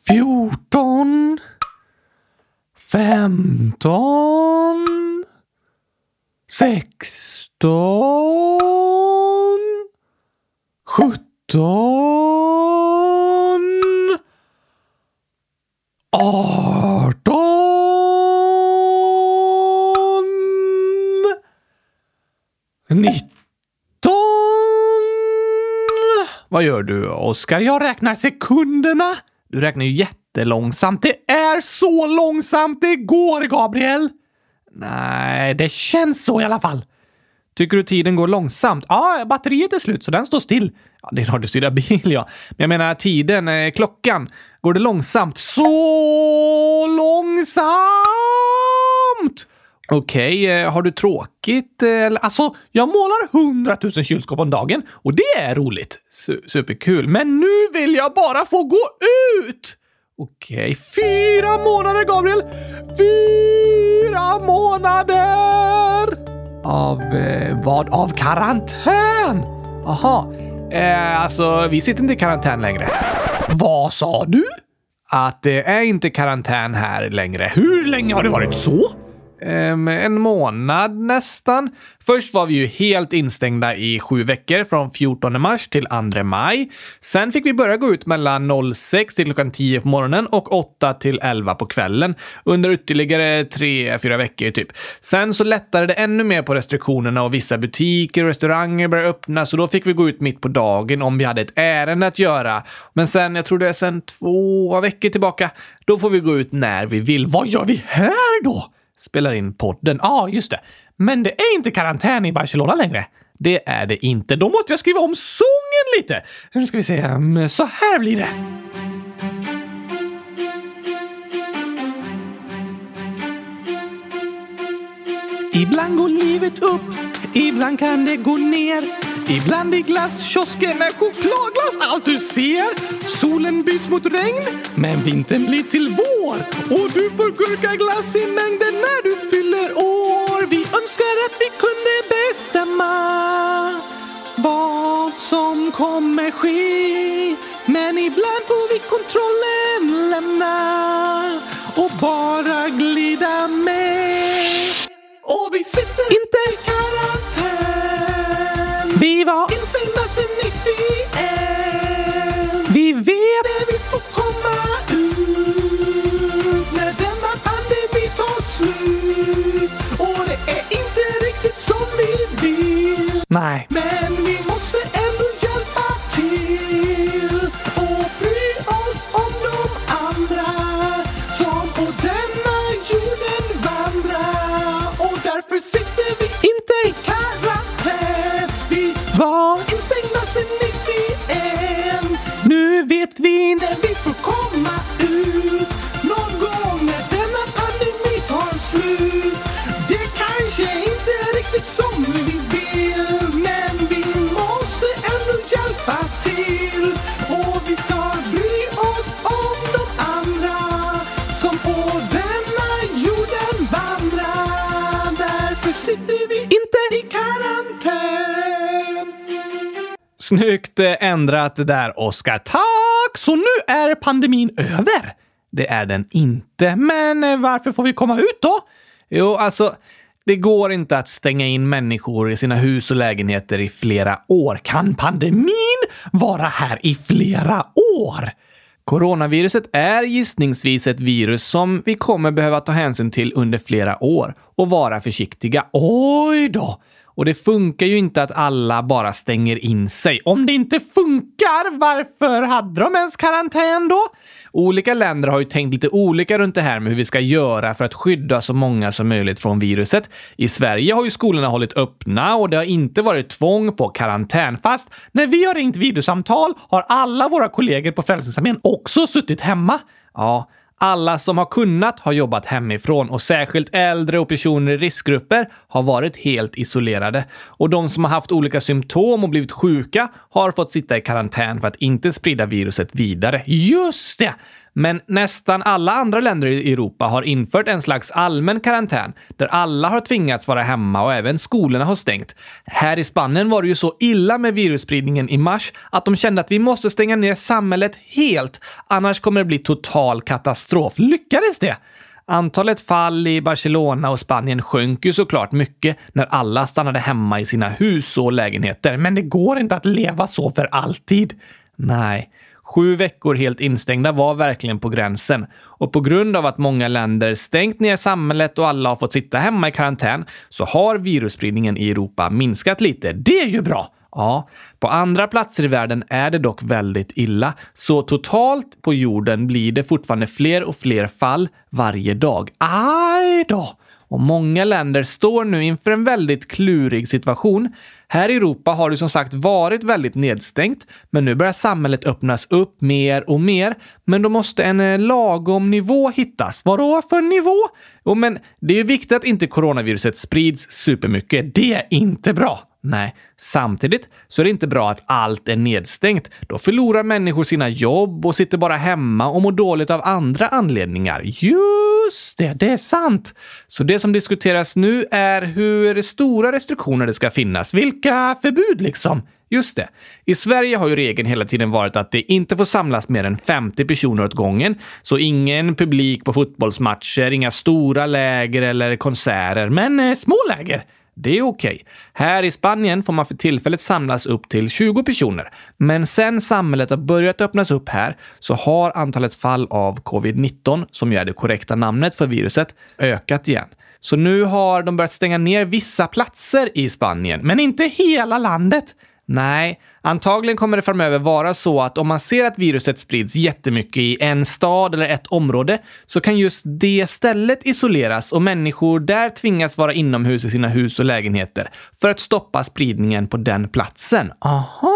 14, 15, 16, 17, 18, 19. Vad gör du, Oskar? Jag räknar sekunderna. Du räknar ju jättelångsamt. Det är så långsamt det går, Gabriel. Nej, det känns så i alla fall. Tycker du tiden går långsamt? Ja, batteriet är slut så den står still. Ja, det är radiostyrda bil, ja. Men jag menar tiden, klockan. Går det långsamt? Så långsamt! Okej, har du tråkigt? Alltså, jag målar 100 000 kylskåp om dagen och det är roligt. Superkul. Men nu vill jag bara få gå ut! Okej, 4 månader, Gabriel! 4 månader! Av vad? Av karantän? Aha. Alltså, vi sitter inte i karantän längre. Vad sa du? Att det är inte karantän här längre. Hur länge har det varit så? En månad nästan. Först var vi ju helt instängda i 7 veckor från 14 mars till 2 maj. Sen fick vi börja gå ut mellan 06 till klockan 10 på morgonen och 8 till 11 på kvällen under ytterligare 3-4 veckor typ. Sen så lättade det ännu mer på restriktionerna och vissa butiker och restauranger började öppna, så då fick vi gå ut mitt på dagen om vi hade ett ärende att göra. Men sen, jag tror det är sen 2 veckor tillbaka, då får vi gå ut när vi vill. Vad gör vi här då? Spelar in podden. Ja, just det. Men det är inte karantän i Barcelona längre. Det är det inte. Då måste jag skriva om sången lite. Nu ska vi se. Så här blir det. Ibland går livet upp, ibland kan det gå ner. Ibland i glasskiosken med chokladglass allt du ser. Solen byts mot regn, men vintern blir till vår. Och du får gurkaglass i mängden när du fyller år. Vi önskar att vi kunde bestämma vad som kommer ske. Men ibland får vi kontrollen lämna och bara glida med. Och vi sitter inte i karantän. Vi var instängda sen 91. Vi vet att vi får komma ut när denna pandemi tar slut. Och det är inte riktigt som vi vill. Nej. Men vi måste ändå hjälpa till och bry oss om de andra som på denna jorden vandrar. Och därför sitter vi inte i karantän. Vi var instängda sen 91. Nu vet vi när vi får komma ut. Någon gång när denna pandemi tar slut. Det kanske inte är riktigt som vi vill, men vi måste ändå hjälpa till. Och vi ska bry oss om de andra som på denna jorden vandrar. Därför sitter vi inte i karantän. Snyggt ändrat där, Oskar. Tack! Så nu är pandemin över. Det är den inte. Men varför får vi komma ut då? Jo, alltså, det går inte att stänga in människor i sina hus och lägenheter i flera år. Kan pandemin vara här i flera år? Coronaviruset är gissningsvis ett virus som vi kommer behöva ta hänsyn till under flera år och vara försiktiga. Oj då! Och det funkar ju inte att alla bara stänger in sig. Om det inte funkar, varför hade de ens karantän då? Olika länder har ju tänkt lite olika runt det här med hur vi ska göra för att skydda så många som möjligt från viruset. I Sverige har ju skolorna hållit öppna och det har inte varit tvång på karantän. Fast när vi har ringt videosamtal har alla våra kollegor på Frälsningsarmén också suttit hemma. Ja, alla som har kunnat har jobbat hemifrån och särskilt äldre och personer i riskgrupper har varit helt isolerade. Och de som har haft olika symptom och blivit sjuka har fått sitta i karantän för att inte sprida viruset vidare. Just det! Men nästan alla andra länder i Europa har infört en slags allmän karantän där alla har tvingats vara hemma och även skolorna har stängt. Här i Spanien var det ju så illa med virusspridningen i mars att de kände att vi måste stänga ner samhället helt, annars kommer det bli total katastrof. Lyckades det? Antalet fall i Barcelona och Spanien sjönk ju såklart mycket när alla stannade hemma i sina hus och lägenheter. Men det går inte att leva så för alltid. Nej, 7 veckor helt instängda var verkligen på gränsen. Och på grund av att många länder stängt ner samhället och alla har fått sitta hemma i karantän så har virusspridningen i Europa minskat lite. Det är ju bra! Ja, på andra platser i världen är det dock väldigt illa. Så totalt på jorden blir det fortfarande fler och fler fall varje dag. Aj då! Och många länder står nu inför en väldigt klurig situation. Här i Europa har det som sagt varit väldigt nedstängt, men nu börjar samhället öppnas upp mer och mer. Men då måste en lagom nivå hittas. Vadå för nivå? Jo, men det är ju viktigt att inte coronaviruset sprids supermycket. Det är inte bra. Nej, samtidigt så är det inte bra att allt är nedstängt. Då förlorar människor sina jobb och sitter bara hemma och mår dåligt av andra anledningar. Just det, det är sant. Så det som diskuteras nu är hur stora restriktioner det ska finnas. Vilka förbud liksom? Just det. I Sverige har ju regeln hela tiden varit att det inte får samlas mer än 50 personer åt gången. Så ingen publik på fotbollsmatcher, inga stora läger eller konserter, men små läger. Det är okej. Här i Spanien får man för tillfället samlas upp till 20 personer. Men sen samhället har börjat öppnas upp här så har antalet fall av covid-19, som ju är det korrekta namnet för viruset, ökat igen. Så nu har de börjat stänga ner vissa platser i Spanien, men inte hela landet. Nej, antagligen kommer det framöver vara så att om man ser att viruset sprids jättemycket i en stad eller ett område så kan just det stället isoleras och människor där tvingas vara inomhus i sina hus och lägenheter för att stoppa spridningen på den platsen. Aha!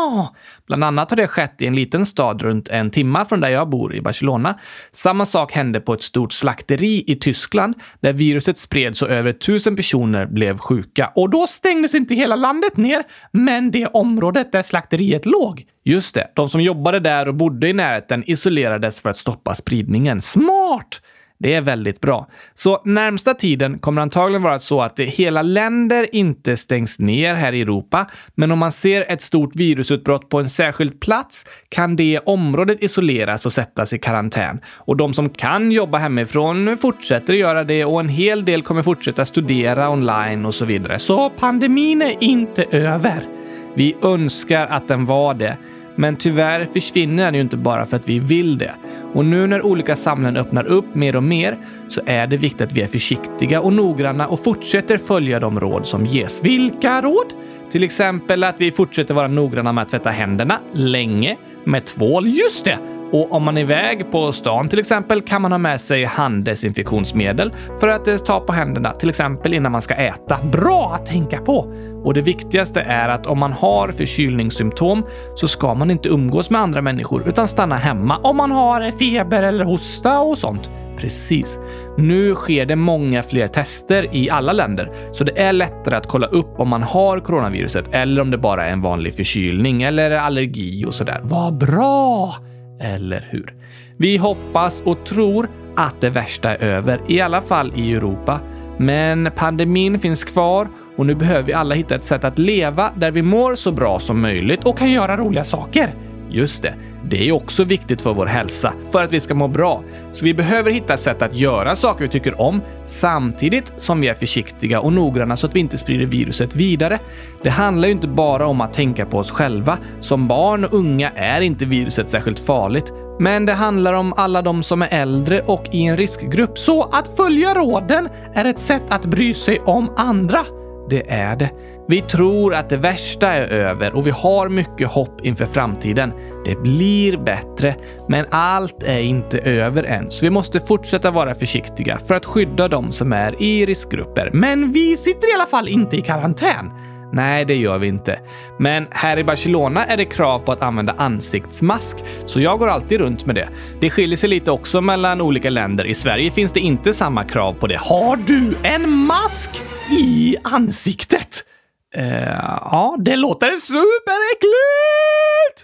Bland annat har det skett i en liten stad runt 1 timme från där jag bor i Barcelona. Samma sak hände på ett stort slakteri i Tyskland där viruset spreds och över 1000 personer blev sjuka. Och då stängdes inte hela landet ner, men det området där slakteriet låg. Just det, de som jobbade där och bodde i närheten isolerades för att stoppa spridningen. Smart! Det är väldigt bra. Så närmsta tiden kommer antagligen vara så att hela länder inte stängs ner här i Europa. Men om man ser ett stort virusutbrott på en särskild plats kan det området isoleras och sättas i karantän. Och de som kan jobba hemifrån fortsätter att göra det och en hel del kommer fortsätta studera online och så vidare. Så pandemin är inte över. Vi önskar att den var det. Men tyvärr försvinner den ju inte bara för att vi vill det. Och nu när olika samhällen öppnar upp mer och mer så är det viktigt att vi är försiktiga och noggranna och fortsätter följa de råd som ges. Vilka råd? Till exempel att vi fortsätter vara noggranna med att tvätta händerna länge med tvål. Just det! Och om man är iväg på stan till exempel kan man ha med sig handdesinfektionsmedel för att ta på händerna till exempel innan man ska äta. Bra att tänka på! Och det viktigaste är att om man har förkylningssymptom så ska man inte umgås med andra människor utan stanna hemma om man har feber eller hosta och sånt. Precis. Nu sker det många fler tester i alla länder så det är lättare att kolla upp om man har coronaviruset eller om det bara är en vanlig förkylning eller allergi och sådär. Vad bra! Eller hur? Vi hoppas och tror att det värsta är över, i alla fall i Europa. Men pandemin finns kvar och nu behöver vi alla hitta ett sätt att leva där vi mår så bra som möjligt och kan göra roliga saker. Just det, det är också viktigt för vår hälsa, för att vi ska må bra. Så vi behöver hitta ett sätt att göra saker vi tycker om, samtidigt som vi är försiktiga och noggranna så att vi inte sprider viruset vidare. Det handlar ju inte bara om att tänka på oss själva. Som barn och unga är inte viruset särskilt farligt. Men det handlar om alla de som är äldre och i en riskgrupp. Så att följa råden är ett sätt att bry sig om andra. Det är det. Vi tror att det värsta är över och vi har mycket hopp inför framtiden. Det blir bättre, men allt är inte över än. Så vi måste fortsätta vara försiktiga för att skydda de som är i riskgrupper. Men vi sitter i alla fall inte i karantän. Nej, det gör vi inte. Men här i Barcelona är det krav på att använda ansiktsmask, så jag går alltid runt med det. Det skiljer sig lite också mellan olika länder. I Sverige finns det inte samma krav på det. Har du en mask i ansiktet? Ja, det låter superäckligt!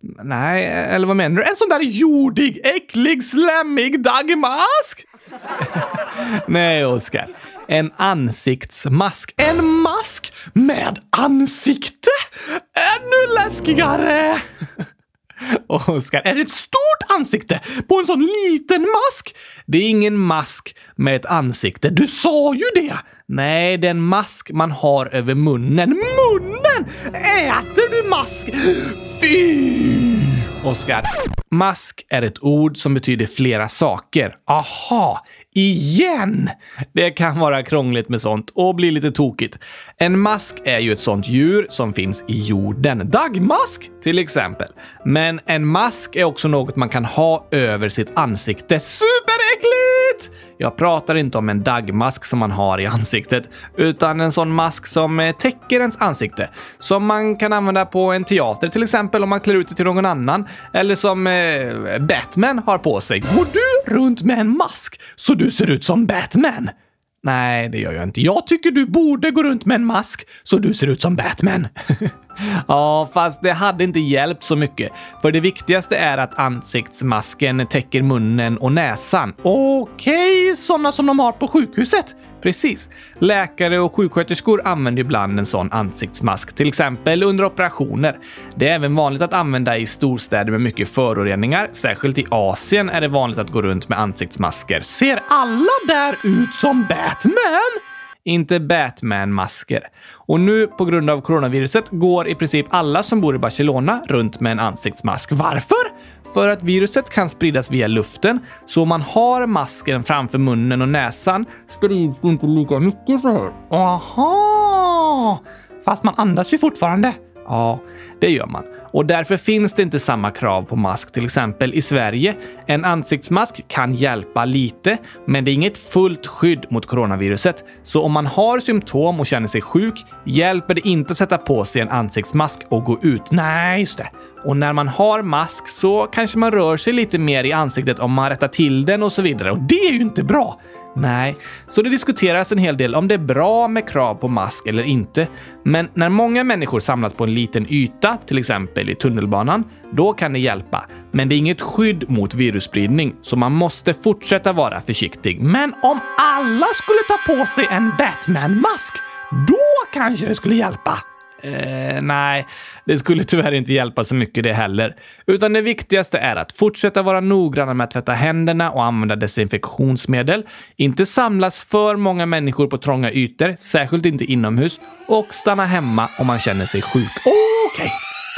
Nej, eller vad menar du? En sån där jordig, äcklig, slemmig dagmask? Nej, Oskar. En ansiktsmask. En mask med ansikte? Ännu läskigare! Oskar, är det ett stort ansikte på en sån liten mask? Det är ingen mask med ett ansikte. Du sa ju det! Nej, det är en mask man har över munnen. Munnen! Äter du mask? Fy! Oskar, mask är ett ord som betyder flera saker. Aha! Igen! Det kan vara krångligt med sånt och bli lite tokigt. En mask är ju ett sånt djur som finns i jorden. Dagmask till exempel. Men en mask är också något man kan ha över sitt ansikte. Superäckligt! Jag pratar inte om en dagmask som man har i ansiktet, utan en sån mask som täcker ens ansikte. Som man kan använda på en teater till exempel om man klär ut det till någon annan. Eller som Batman har på sig. Går du runt med en mask så du ser ut som Batman? Nej, det gör jag inte. Jag tycker du borde gå runt med en mask så du ser ut som Batman. Ja, fast det hade inte hjälpt så mycket. För det viktigaste är att ansiktsmasken täcker munnen och näsan. Okej, sådana som de har på sjukhuset. Precis. Läkare och sjuksköterskor använder ibland en sån ansiktsmask, till exempel under operationer. Det är även vanligt att använda i storstäder med mycket föroreningar. Särskilt i Asien är det vanligt att gå runt med ansiktsmasker. Ser alla där ut som Batman? Inte Batman-masker. Och nu på grund av coronaviruset går i princip alla som bor i Barcelona runt med en ansiktsmask. Varför? För att viruset kan spridas via luften, så om man har masken framför munnen och näsan sprids inte lika mycket så här. Aha! Fast man andas ju fortfarande. Ja, det gör man. Och därför finns det inte samma krav på mask till exempel i Sverige. En ansiktsmask kan hjälpa lite, men det är inget fullt skydd mot coronaviruset. Så om man har symptom och känner sig sjuk, hjälper det inte att sätta på sig en ansiktsmask och gå ut. Nej, just det. Och när man har mask så kanske man rör sig lite mer i ansiktet om man rättar till den och så vidare. Och det är ju inte bra. Nej, så det diskuteras en hel del om det är bra med krav på mask eller inte. Men när många människor samlas på en liten yta, till exempel i tunnelbanan, då kan det hjälpa. Men det är inget skydd mot virusspridning, så man måste fortsätta vara försiktig. Men om alla skulle ta på sig en Batman-mask, då kanske det skulle hjälpa. Nej, det skulle tyvärr inte hjälpa så mycket det heller. Utan det viktigaste är att fortsätta vara noggranna med att tvätta händerna och använda desinfektionsmedel. Inte samlas för många människor på trånga ytor, särskilt inte inomhus. Och stanna hemma om man känner sig sjuk. Okej.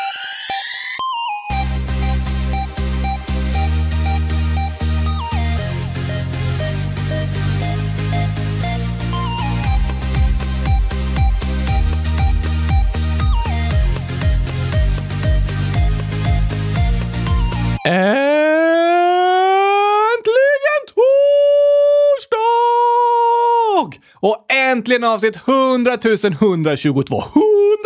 Äntligen torsdag! Och äntligen avsnitt 100 122. 100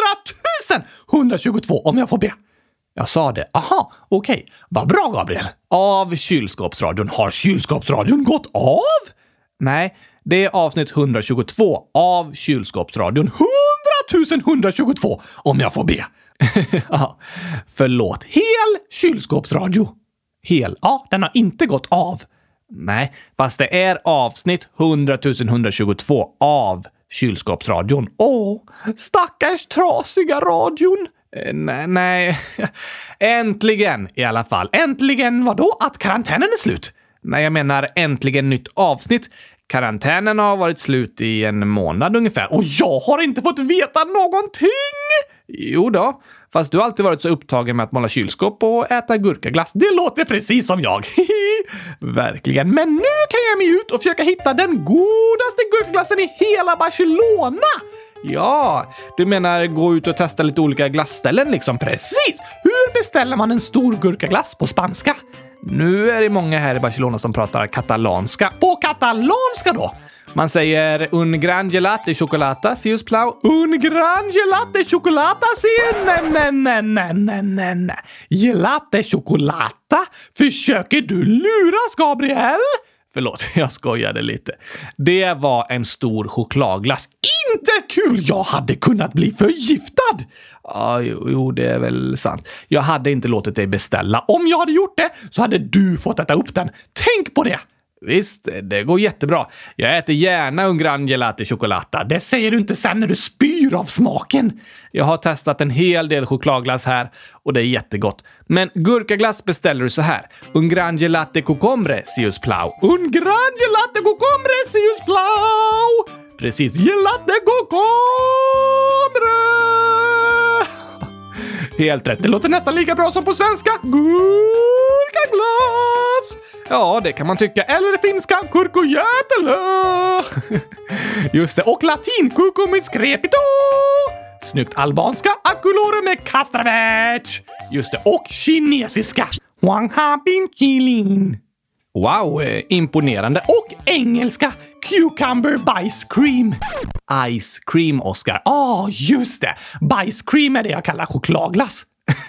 122 om jag får be. Jag sa det. Aha, okej. Vad bra, Gabriel. Av kylskåpsradion. Har kylskåpsradion gått av? Nej, det är avsnitt 122 av kylskåpsradion. 100 122 om jag får be. Ja, förlåt. Hel kylskåpsradio. Hel? Ja, den har inte gått av. Nej, fast det är avsnitt 100 122 av kylskåpsradion. Stackars trasiga radion. Nej. Äntligen i alla fall. Äntligen vadå? Att karantänen är slut? Nej, jag menar äntligen nytt avsnitt. Karantänen har varit slut i en månad ungefär. Och jag har inte fått veta någonting! Jo då, fast du har alltid varit så upptagen med att måla kylskåp och äta gurkaglass. Det låter precis som jag. Verkligen. Men nu kan jag mig ut och försöka hitta den godaste gurkaglassen i hela Barcelona. Ja, du menar gå ut och testa lite olika glassställen liksom. Precis! Hur beställer man en stor gurkaglass på spanska? Nu är det många här i Barcelona som pratar katalanska. På katalanska då? Man säger un gran gelate chocolata, si us plau. Un gran gelate chocolata, si nej. Gelate chocolata? Försöker du luras, Gabriel? Förlåt, jag skojade lite. Det var en stor chokladglass. Inte kul! Jag hade kunnat bli förgiftad! Ja, jo, det är väl sant. Jag hade inte låtit dig beställa. Om jag hade gjort det så hade du fått äta upp den. Tänk på det! Visst, det går jättebra. Jag äter gärna un grande latte chocolata. Det säger du inte sen när du spyr av smaken. Jag har testat en hel del chokladglass här och det är jättegott. Men gurkaglass beställer du så här. Un grande latte cocombre, sius plau. Un grande latte cocombre, sius plau. Precis, gelatte cocombre. Helt rätt. Det låter nästan lika bra som på svenska. Gurkaglass. Ja, det kan man tycka. Eller finska, kurkojätelö. Just det. Och latin, kukumits crepito. Snyggt albanska, akulore med kastravetch. Just det. Och kinesiska. Wang hapin chilin. Wow, imponerande. Och engelska, cucumber bajs cream. Ice cream, Oscar. Just det. Bajs cream är det jag kallar chokladglass.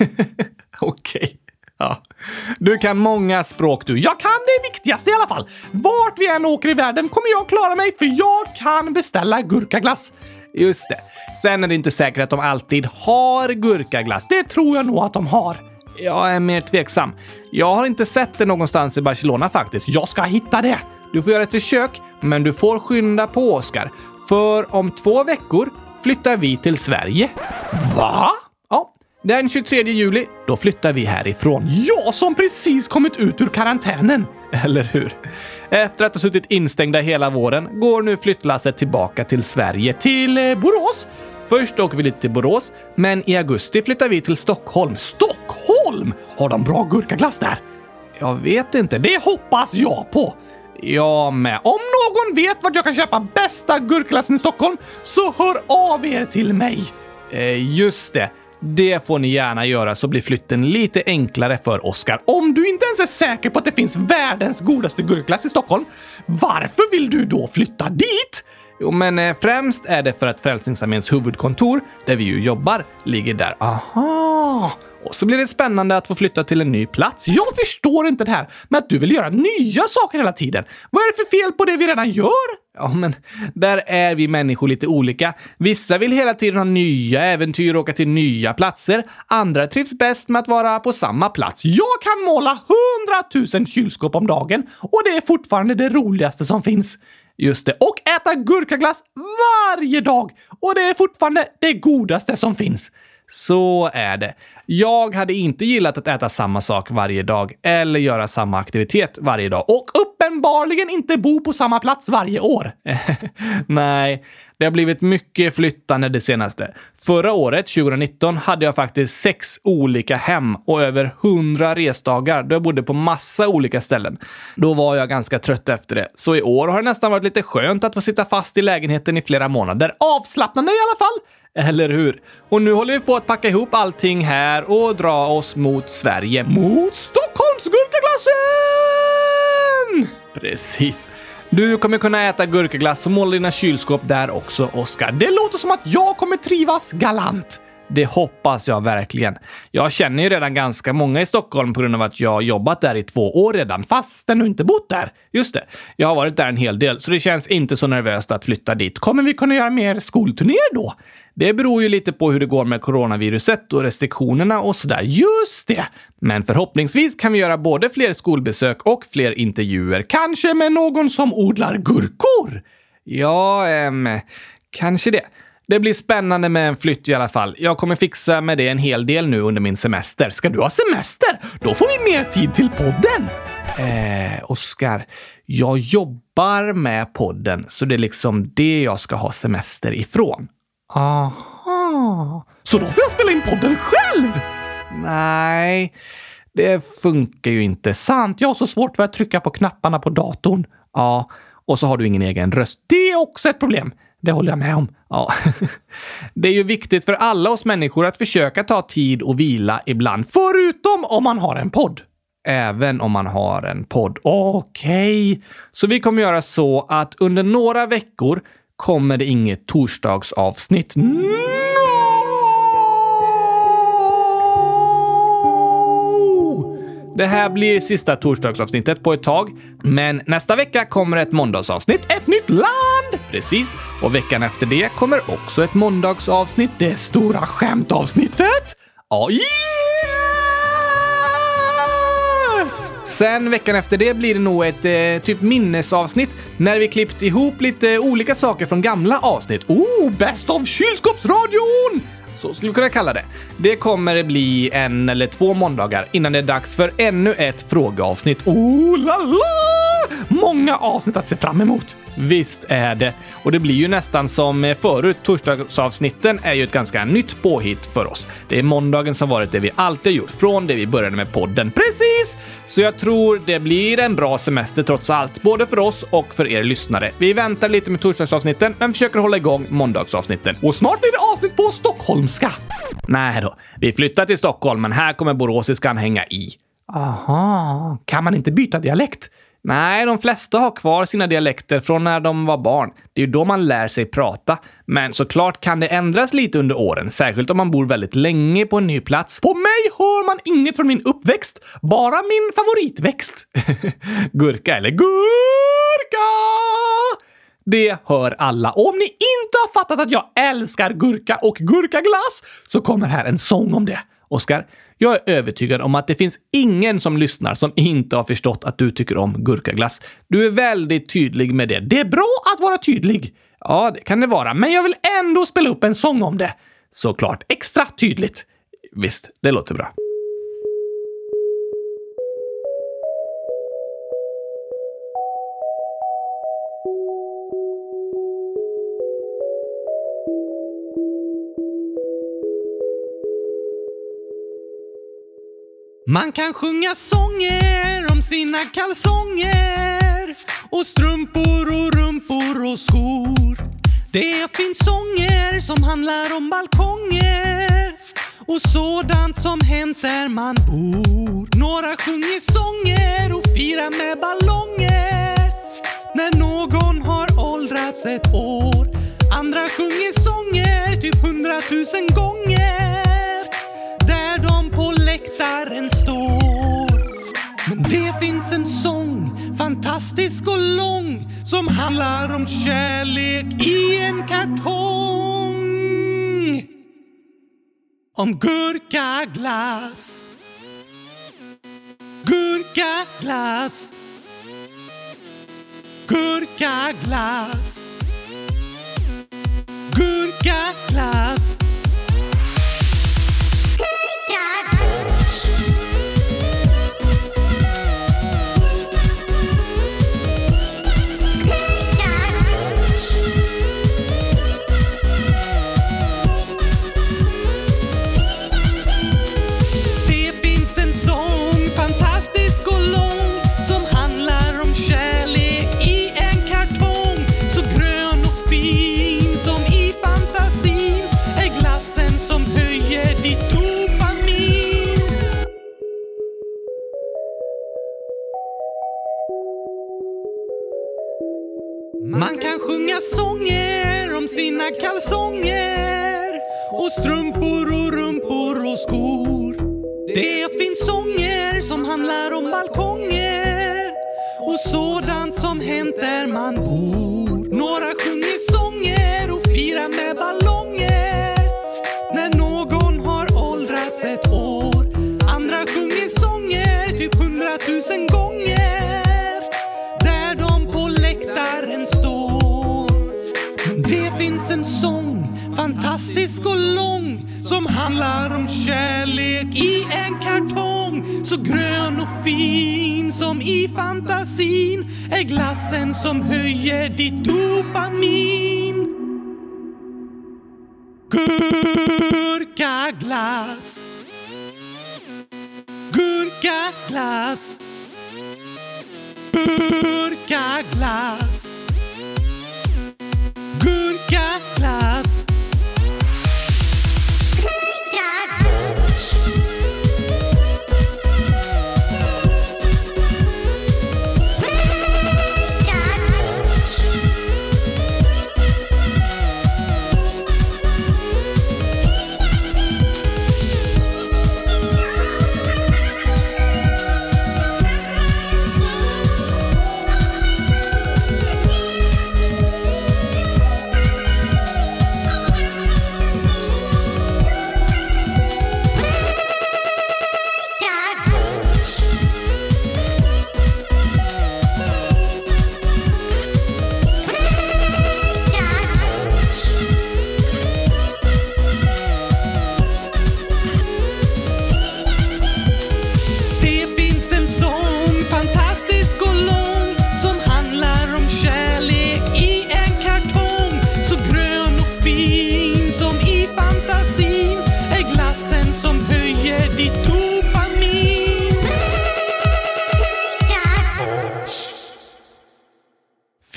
Okej. Ja. Du kan många språk du. Jag kan det viktigaste i alla fall. Vart vi än åker i världen kommer jag klara mig för jag kan beställa gurkaglass. Just det. Sen är det inte säkert att de alltid har gurkaglass. Det tror jag nog att de har. Jag är mer tveksam. Jag har inte sett det någonstans i Barcelona faktiskt. Jag ska hitta det. Du får göra ett försök, men du får skynda på, Oscar. För om 2 veckor flyttar vi till Sverige. Va? Ja. Den 23 juli, då flyttar vi härifrån. Jag som precis kommit ut ur karantänen. Eller hur? Efter att ha suttit instängda hela våren går nu flyttlasset tillbaka till Sverige, till Borås. Först åker vi lite till Borås, men i augusti flyttar vi till Stockholm. Stockholm? Har de bra gurkaglass där? Jag vet inte, det hoppas jag på. Jag med. Om någon vet vart jag kan köpa bästa gurkaglassen i Stockholm så hör av er till mig. Just det. Det får ni gärna göra så blir flytten lite enklare för Oscar. Om du inte ens är säker på att det finns världens godaste gurkaglass i Stockholm, varför vill du då flytta dit? Jo, men främst är det för att Frälsningsarméns huvudkontor, där vi ju jobbar, ligger där. Aha! Och så blir det spännande att få flytta till en ny plats. Jag förstår inte det här med att du vill göra nya saker hela tiden. Vad är det för fel på det vi redan gör? Ja, men där är vi människor lite olika. Vissa vill hela tiden ha nya äventyr och åka till nya platser. Andra trivs bäst med att vara på samma plats. Jag kan måla 100 000 kylskåp om dagen och det är fortfarande det roligaste som finns. Just det. Och äta gurkaglass varje dag. Och det är fortfarande det godaste som finns. Så är det. Jag hade inte gillat att äta samma sak varje dag eller göra samma aktivitet varje dag. Och uppenbarligen inte bo på samma plats varje år. Nej, det har blivit mycket flyttande det senaste. Förra året, 2019, hade jag faktiskt 6 olika hem och över 100 resdagar då jag bodde på massa olika ställen. Då var jag ganska trött efter det. Så i år har det nästan varit lite skönt att få sitta fast i lägenheten i flera månader. Avslappnande i alla fall. Eller hur? Och nu håller vi på att packa ihop allting här och dra oss mot Sverige. Mot Stockholms gurkaglassen! Precis. Du kommer kunna äta gurkaglass och måla dina kylskåp där också, Oscar. Det låter som att jag kommer trivas galant. Det hoppas jag verkligen. Jag känner ju redan ganska många i Stockholm på grund av att jag har jobbat där i 2 år redan, fast ännu inte bott där. Just det, jag har varit där en hel del så det känns inte så nervöst att flytta dit. Kommer vi kunna göra mer skolturnéer då? Det beror ju lite på hur det går med coronaviruset och restriktionerna och sådär. Just det! Men förhoppningsvis kan vi göra både fler skolbesök och fler intervjuer. Kanske med någon som odlar gurkor? Ja, kanske det. Det blir spännande med en flytt i alla fall. Jag kommer fixa med det en hel del nu under min semester. Ska du ha semester? Då får vi mer tid till podden. Oscar, jag jobbar med podden så det är liksom det jag ska ha semester ifrån. Aha. Så då får jag spela in podden själv? Nej, det funkar ju inte. Sant, jag har så svårt för att trycka på knapparna på datorn. Ja, och så har du ingen egen röst. Det är också ett problem. Det håller jag med om. Ja. Det är ju viktigt för alla oss människor att försöka ta tid och vila ibland. Förutom om man har en podd. Även om man har en podd. Okej. Så vi kommer göra så att under några veckor kommer det inget torsdagsavsnitt. No! det här blir sista torsdagsavsnittet på ett tag. Men nästa vecka kommer ett måndagsavsnitt, ett nytt land! Precis, och veckan efter det kommer också ett måndagsavsnitt, det stora skämtavsnittet. Oh, yes! Sen veckan efter det blir det nog ett typ minnesavsnitt när vi klippt ihop lite olika saker från gamla avsnitt. Bäst av kylskåpsradion! Så skulle vi kunna kalla det. Det kommer bli 1 eller 2 måndagar innan det är dags för ännu ett frågeavsnitt. La la! Många avsnitt att se fram emot. Visst är det. Och det blir ju nästan som förut. Torsdagsavsnitten är ju ett ganska nytt påhitt för oss. Det är måndagen som varit det vi alltid gjort från det vi började med podden. Precis! Så jag tror det blir en bra semester trots allt. Både för oss och för er lyssnare. Vi väntar lite med torsdagsavsnitten men försöker hålla igång måndagsavsnitten. Och snart blir det avsnitt på stockholmska. Nej då, vi flyttar till Stockholm men här kommer boråsiskan hänga i. Aha, kan man inte byta dialekt? Nej, de flesta har kvar sina dialekter från när de var barn. Det är ju då man lär sig prata. Men såklart kan det ändras lite under åren, särskilt om man bor väldigt länge på en ny plats. På mig hör man inget från min uppväxt, bara min favoritväxt. Gurka eller gurka! Det hör alla. Och om ni inte har fattat att jag älskar gurka och gurkaglass så kommer här en sång om det. Oskar, jag är övertygad om att det finns ingen som lyssnar som inte har förstått att du tycker om gurkaglass. Du är väldigt tydlig med det. Det är bra att vara tydlig. Ja, det kan det vara. Men jag vill ändå spela upp en sång om det. Såklart, extra tydligt. Visst, det låter bra. Man kan sjunga sånger om sina kalsonger och strumpor och rumpor och skor. Det finns sånger som handlar om balkonger och sådant som hänt där man bor. Några sjunger sånger och firar med ballonger när någon har åldrats ett år. Andra sjunger sånger typ 100 000 gånger där de på läktaren står. Men det finns en sång, fantastisk och lång, som handlar om kärlek i en kartong. Om gurkaglass. Gurkaglass. Gurkaglass. Gurkaglass. Man kan sjunga sånger om sina kalsonger och strumpor och rumpor och skor. Det finns sånger som handlar om balkonger och sådant som hänt där man bor. Några sjunger sånger och firar med ballonger när någon har åldrats ett år. Andra sjunger sånger typ 100 000 gånger där de på läktaren står. Men det finns en sång, fantastisk och lång, som handlar om kärlek i en kartong. Så grön och fin som i fantasin är glassen som höjer ditt dopamin. Gurkaglass. Gurkaglass. Gurkaglass. Gurkaglass.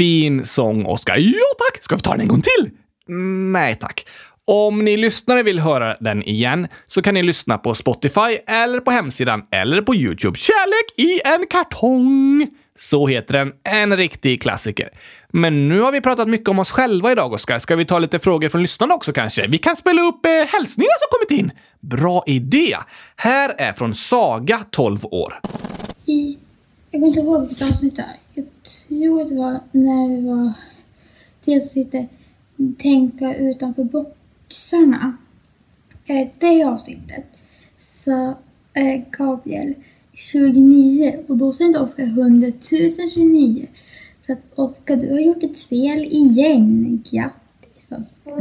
Fin sång, Oskar. Ja tack! Ska vi ta den en gång till? Nej tack. Om ni lyssnare vill höra den igen så kan ni lyssna på Spotify eller på hemsidan eller på YouTube. Kärlek i en kartong! Så heter den, en riktig klassiker. Men nu har vi pratat mycket om oss själva idag, Oskar. Ska vi ta lite frågor från lyssnarna också kanske? Vi kan spela upp hälsningar som kommit in. Bra idé! Här är från Saga, 12 år. Jag kommer inte ihåg vilket avsnitt det är. Jag tror att det var när det var det som sitter tänka utanför boxarna. Det avsnittet så Gabriel 29 och då sa inte Oskar 100 029. Så att Oskar, du har gjort ett fel igen. Grattis alltså.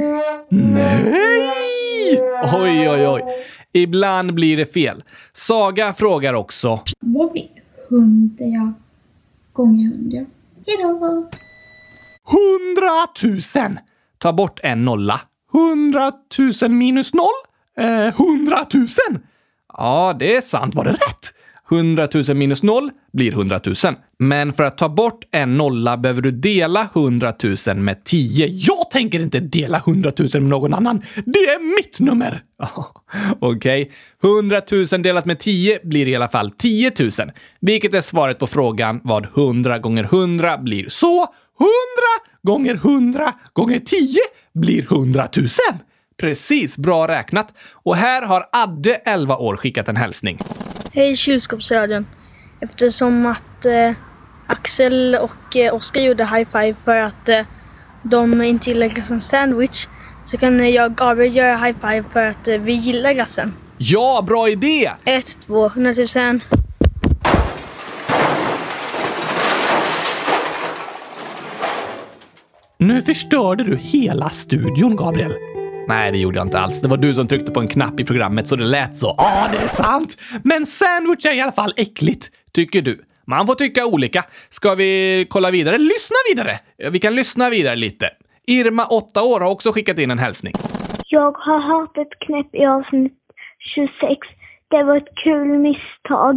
Nej! Oj. Ibland blir det fel. Saga frågar också. Vad blir 100 gånger 100? Hejdå! 100 000! Ta bort en nolla. 100 000 minus 0? 100 000! Ja, det är sant. Var det rätt? 100 000 minus 0 blir 100 000. Men för att ta bort en nolla behöver du dela 100 000 med 10. Jag tänker inte dela 100 000 med någon annan. Det är mitt nummer. Okej. 100 000 delat med 10 blir i alla fall 10 000. Vilket är svaret på frågan vad 100 gånger 100 blir. Så 100 gånger 100 gånger 10 blir 100 000. Precis, bra räknat. Och här har Adde, 11 år, skickat en hälsning. Hej Kylskåpsradion. Eftersom att Axel och Oskar gjorde high five för att de inte gillar glassen sandwich, så kan jag och Gabriel göra high five för att vi gillar glassen. Ja, bra idé! 1, 2, 100 000. Nu förstörde du hela studion, Gabriel. Nej, det gjorde jag inte alls. Det var du som tryckte på en knapp i programmet så det lät så. Ja, det är sant. Men sandwich är i alla fall äckligt, tycker du. Man får tycka olika. Ska vi kolla vidare? Lyssna vidare! Vi kan lyssna vidare lite. Irma, 8 år, har också skickat in en hälsning. Jag har hört ett knäpp i avsnitt 26. Det var ett kul misstag.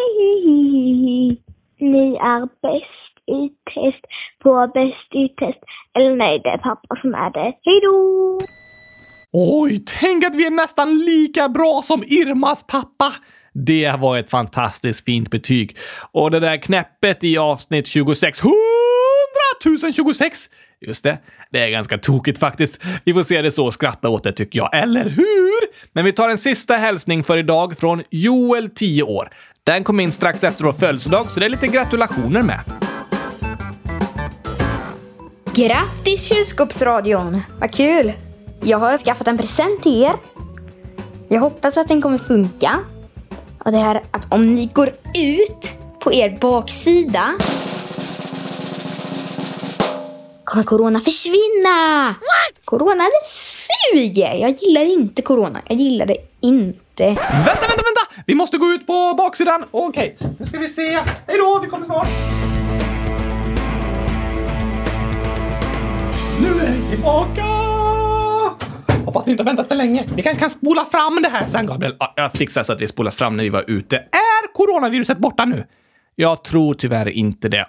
Ni är bäst i test på bäst i test. Eller nej, det är pappa som är det. Hejdå! Oj, tänk att vi är nästan lika bra som Irmas pappa. Det var ett fantastiskt fint betyg. Och det där knäppet i avsnitt 26. 100 026! Just det, det är ganska tokigt faktiskt. Vi får se det så och skratta åt det tycker jag, eller hur? Men vi tar en sista hälsning för idag från Joel, 10 år. Den kom in strax efter vår födelsedag så det är lite gratulationer med. Grattis Kylskåpsradion! Vad kul! Jag har skaffat en present till er. Jag hoppas att den kommer funka. Och det här att om ni går ut på er baksida kommer corona försvinna. What? Corona, det suger. Jag gillar inte corona. Jag gillar det inte. Vänta! Vi måste gå ut på baksidan. Okej, nu ska vi se. Hej då, vi kommer snart. Nu är vi tillbaka. Hoppas ni inte har väntat för länge. Vi kanske kan spola fram det här sen, Gabriel. Jag fixar så att vi spolas fram när vi var ute. Är coronaviruset borta nu? Jag tror tyvärr inte det.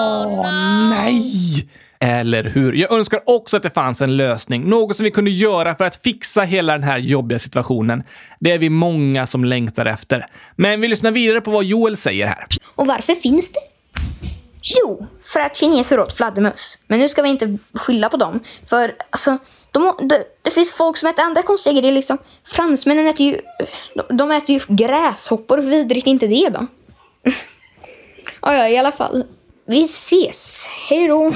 Nej! Eller hur? Jag önskar också att det fanns en lösning. Något som vi kunde göra för att fixa hela den här jobbiga situationen. Det är vi många som längtar efter. Men vi lyssnar vidare på vad Joel säger här. Och varför finns det? Jo, för att kineser åt fladdermöss. Men nu ska vi inte skylla på dem. För alltså, det finns folk som äter andra konstiga grejer liksom. Fransmännen äter ju, de äter ju gräshoppor. Vidrigt inte det då. Ja, i alla fall. Vi ses. Hej då.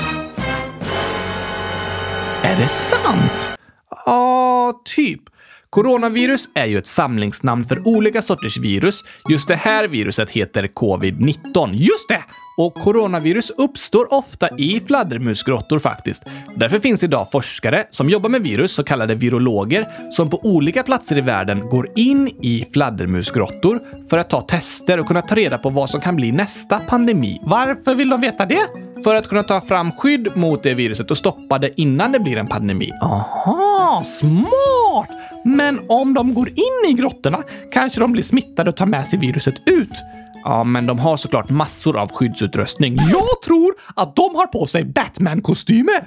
Är det sant? Ja, typ. Coronavirus är ju ett samlingsnamn för olika sorters virus. Just det här viruset heter covid-19. Just det! Och coronavirus uppstår ofta i fladdermusgrottor faktiskt. Därför finns idag forskare som jobbar med virus, så kallade virologer, som på olika platser i världen går in i fladdermusgrottor för att ta tester och kunna ta reda på vad som kan bli nästa pandemi. Varför vill de veta det? För att kunna ta fram skydd mot det viruset och stoppa det innan det blir en pandemi. Aha, smart! Men om de går in i grottorna kanske de blir smittade och tar med sig viruset ut. Ja, men de har såklart massor av skyddsutrustning. Jag tror att de har på sig Batman-kostymer.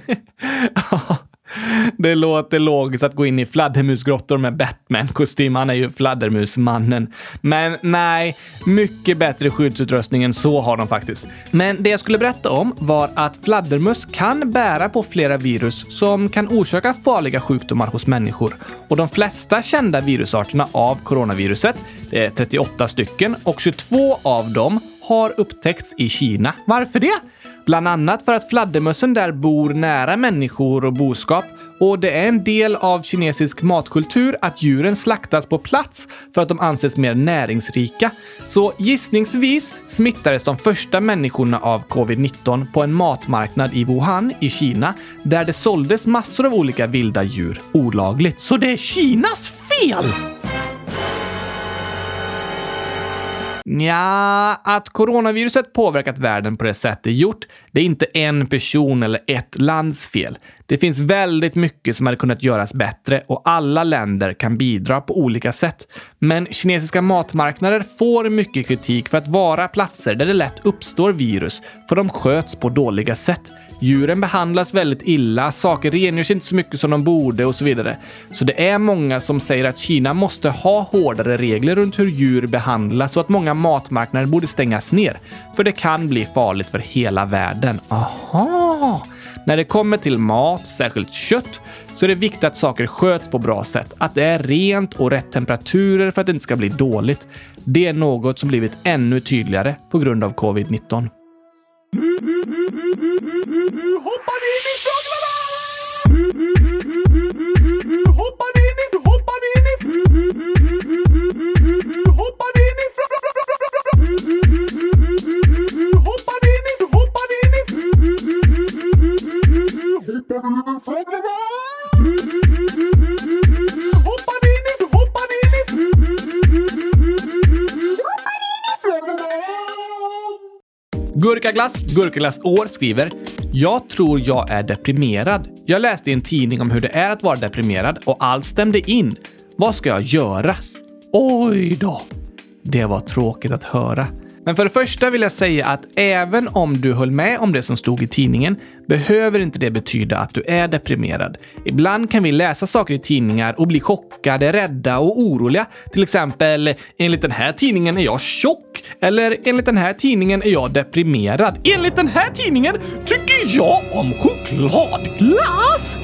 Det låter logiskt att gå in i fladdermusgrottor med Batman-kostym. Han är ju fladdermusmannen. Men nej, mycket bättre skyddsutrustning än så har de faktiskt. Men det jag skulle berätta om var att fladdermus kan bära på flera virus som kan orsaka farliga sjukdomar hos människor. Och de flesta kända virusarterna av coronaviruset, det är 38 stycken, och 22 av dem har upptäckts i Kina. Varför det? Bland annat för att fladdermössen där bor nära människor och boskap, och det är en del av kinesisk matkultur att djuren slaktas på plats för att de anses mer näringsrika. Så gissningsvis smittades de första människorna av covid-19 på en matmarknad i Wuhan i Kina, där det såldes massor av olika vilda djur olagligt. Så det är Kinas fel! Ja, att coronaviruset påverkat världen på det sätt det gjort, det är inte en person eller ett lands fel. Det finns väldigt mycket som hade kunnat göras bättre och alla länder kan bidra på olika sätt. Men kinesiska matmarknader får mycket kritik för att vara platser där det lätt uppstår virus, för de sköts på dåliga sätt. Djuren behandlas väldigt illa, saker rengörs inte så mycket som de borde och så vidare. Så det är många som säger att Kina måste ha hårdare regler runt hur djur behandlas och att många matmarknader borde stängas ner. För det kan bli farligt för hela världen. Aha! När det kommer till mat, särskilt kött, så är det viktigt att saker sköts på bra sätt. Att det är rent och rätt temperaturer för att det inte ska bli dåligt. Det är något som blivit ännu tydligare på grund av covid-19. Hoppar in i frågorna! Hoppar in i frågorna! Gurkaglass år skriver: Jag tror jag är deprimerad. Jag läste i en tidning om hur det är att vara deprimerad och allt stämde in. Vad ska jag göra? Oj då! Det var tråkigt att höra. Men för det första vill jag säga att även om du höll med om det som stod i tidningen behöver inte det betyda att du är deprimerad. Ibland kan vi läsa saker i tidningar och bli chockade, rädda och oroliga. Till exempel, enligt den här tidningen är jag tjock. Eller enligt den här tidningen är jag deprimerad. Enligt den här tidningen tycker jag om chokladglass.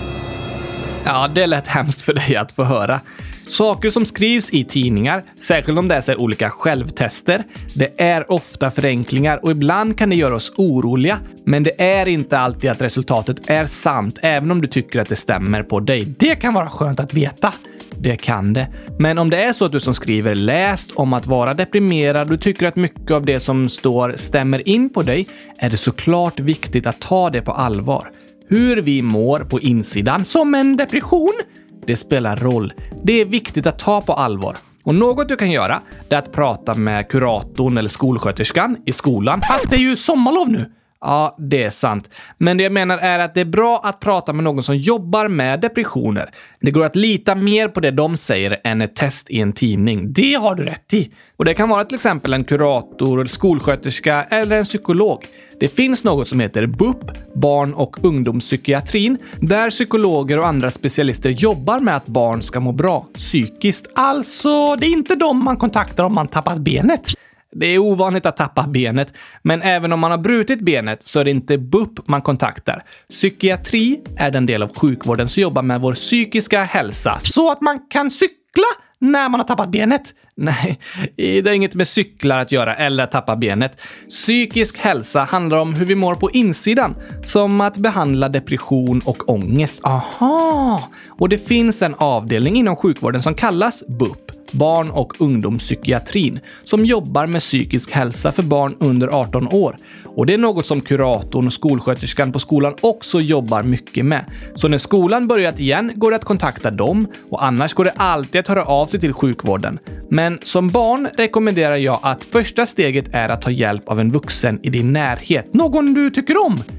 Ja, det lät hemskt för dig att få höra. Saker som skrivs i tidningar, särskilt om det är så olika självtester, det är ofta förenklingar och ibland kan det göra oss oroliga. Men det är inte alltid att resultatet är sant, även om du tycker att det stämmer på dig. Det kan vara skönt att veta. Det kan det. Men om det är så att du som skriver läst om att vara deprimerad och tycker att mycket av det som står stämmer in på dig, är det såklart viktigt att ta det på allvar. Hur vi mår på insidan, som en depression, det spelar roll. Det är viktigt att ta på allvar. Och något du kan göra, det är att prata med kuratorn eller skolsköterskan i skolan. Fast det är ju sommarlov nu. Ja, det är sant. Men det jag menar är att det är bra att prata med någon som jobbar med depressioner. Det går att lita mer på det de säger än ett test i en tidning. Det har du rätt i. Och det kan vara till exempel en kurator, skolsköterska eller en psykolog. Det finns något som heter BUP, barn- och ungdomspsykiatrin, där psykologer och andra specialister jobbar med att barn ska må bra psykiskt. Alltså, det är inte de man kontaktar om man tappat benet. Det är ovanligt att tappa benet, men även om man har brutit benet så är det inte BUP man kontaktar. Psykiatri är den del av sjukvården som jobbar med vår psykiska hälsa, så att man kan cykla när man har tappat benet. Nej, det är inget med cyklar att göra eller att tappa benet. Psykisk hälsa handlar om hur vi mår på insidan, som att behandla depression och ångest. Aha! Och det finns en avdelning inom sjukvården som kallas BUP, barn- och ungdomspsykiatrin, som jobbar med psykisk hälsa för barn under 18 år. Och det är något som kuratorn och skolsköterskan på skolan också jobbar mycket med. Så när skolan börjat igen går det att kontakta dem, och annars går det alltid att höra av sig till sjukvården. Men som barn rekommenderar jag att första steget är att ta hjälp av en vuxen i din närhet. Någon du tycker om.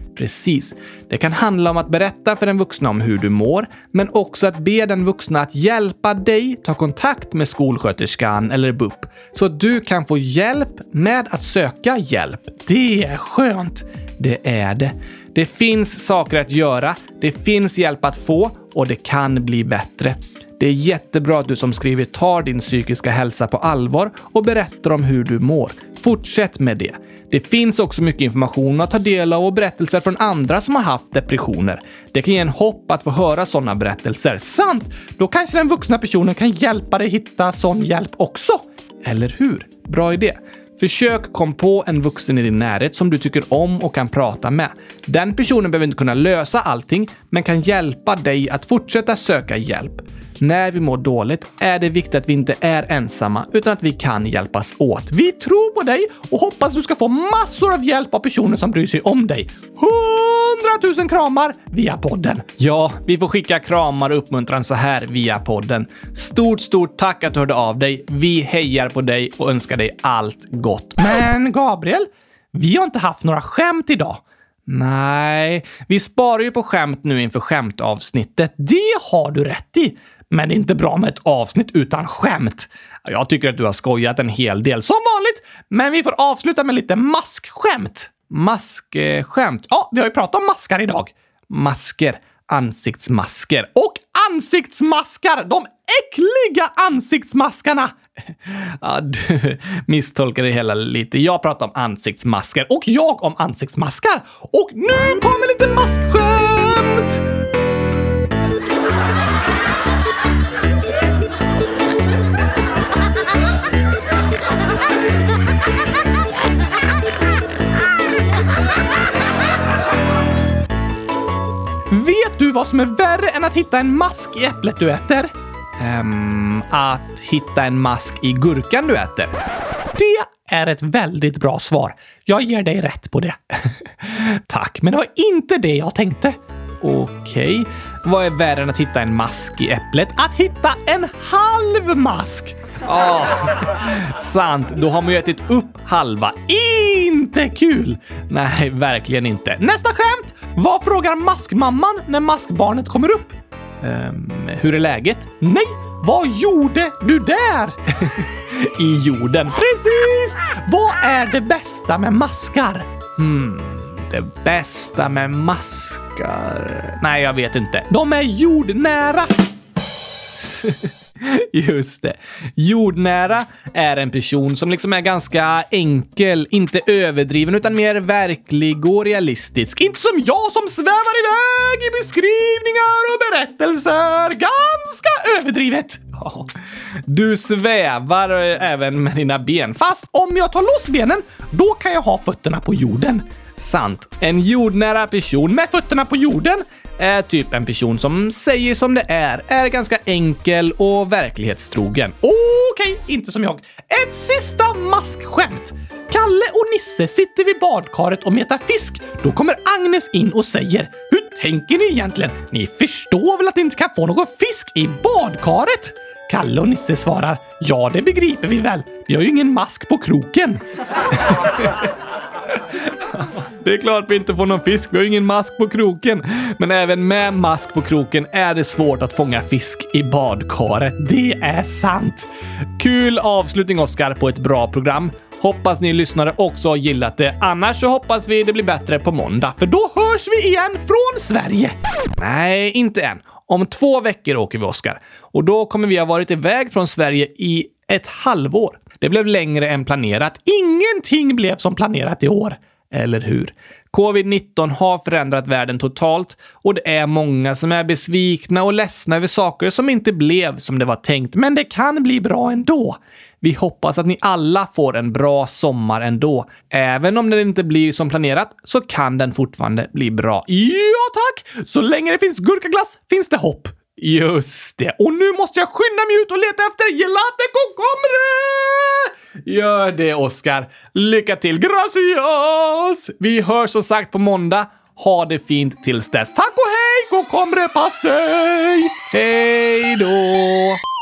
Precis. Det kan handla om att berätta för den vuxna om hur du mår, men också att be den vuxna att hjälpa dig ta kontakt med skolsköterskan eller BUP så att du kan få hjälp med att söka hjälp. Det är skönt. Det är det. Det finns saker att göra, det finns hjälp att få och det kan bli bättre. Det är jättebra att du som skriver tar din psykiska hälsa på allvar och berättar om hur du mår. Fortsätt med det. Det finns också mycket information att ta del av och berättelser från andra som har haft depressioner. Det kan ge en hopp att få höra sådana berättelser. Sant! Då kanske den vuxna personen kan hjälpa dig hitta sån hjälp också. Eller hur? Bra idé. Försök kom på en vuxen i din närhet som du tycker om och kan prata med. Den personen behöver inte kunna lösa allting, men kan hjälpa dig att fortsätta söka hjälp. När vi mår dåligt är det viktigt att vi inte är ensamma utan att vi kan hjälpas åt. Vi tror på dig och hoppas att du ska få massor av hjälp av personer som bryr sig om dig. 100 000 kramar via podden. Ja, vi får skicka kramar och uppmuntran så här via podden. Stort tack att du hörde av dig. Vi hejar på dig och önskar dig allt gott. Men Gabriel, vi har inte haft några skämt idag. Nej, vi sparar ju på skämt nu inför skämtavsnittet. Det har du rätt i. Men det är inte bra med ett avsnitt utan skämt. Jag tycker att du har skojat en hel del som vanligt. Men vi får avsluta med lite maskskämt. Maskskämt. Ja, vi har ju pratat om maskar idag. Masker. Ansiktsmasker. Och ansiktsmaskar. De äckliga ansiktsmaskarna. Ja, du misstolkar det hela lite. Jag pratar om ansiktsmasker. Och jag om ansiktsmaskar. Och nu kommer lite maskskämt. Vet du vad som är värre än att hitta en mask i äpplet du äter? Att hitta en mask i gurkan du äter. Det är ett väldigt bra svar. Jag ger dig rätt på det. Tack, men det var inte det jag tänkte. Okej. Vad är värre än att hitta en mask i äpplet? Att hitta en halv mask! Sant. Då har man ju ätit upp halva. Inte kul! Nej, verkligen inte. Nästa skämt! Vad frågar maskmamman när maskbarnet kommer upp? Hur är läget? Nej, vad gjorde du där? I jorden. Precis! Vad är det bästa med maskar? Det bästa med maskar... Nej, jag vet inte. De är jordnära. Just det. Jordnära är en person som liksom är ganska enkel, inte överdriven utan mer verklig och realistisk. Inte som jag som svävar iväg i beskrivningar och berättelser. Ganska överdrivet. Du svävar även med dina ben. Fast om jag tar loss benen, då kan jag ha fötterna på jorden. Sant. En jordnära person med fötterna på jorden är typ en person som säger som det är ganska enkel och verklighetstrogen. Okej, inte som jag. Ett sista maskskämt. Kalle och Nisse sitter vid badkaret och metar fisk. Då kommer Agnes in och säger: hur tänker ni egentligen? Ni förstår väl att ni inte kan få någon fisk i badkaret? Kalle och Nisse svarar: ja, det begriper vi väl. Vi har ju ingen mask på kroken. Det är klart vi inte får någon fisk, vi har ingen mask på kroken. Men även med mask på kroken är det svårt att fånga fisk i badkaret. Det är sant. Kul avslutning, Oskar, på ett bra program. Hoppas ni lyssnare också har gillat det. Annars så hoppas vi det blir bättre på måndag. För då hörs vi igen från Sverige. Nej, inte än. Om 2 veckor åker vi, Oskar. Och då kommer vi ha varit iväg från Sverige i ett halvår. Det blev längre än planerat. Ingenting blev som planerat i år. Eller hur? Covid-19 har förändrat världen totalt och det är många som är besvikna och ledsna över saker som inte blev som det var tänkt. Men det kan bli bra ändå. Vi hoppas att ni alla får en bra sommar ändå. Även om den inte blir som planerat så kan den fortfarande bli bra. Ja tack! Så länge det finns gurkaglass finns det hopp. Just det. Och nu måste jag skynda mig ut och leta efter gelate kokomre! Gör det, Oskar. Lycka till. Gracias! Vi hörs som sagt på måndag. Ha det fint tills dess. Tack och hej, kokomre pastej! Hej då!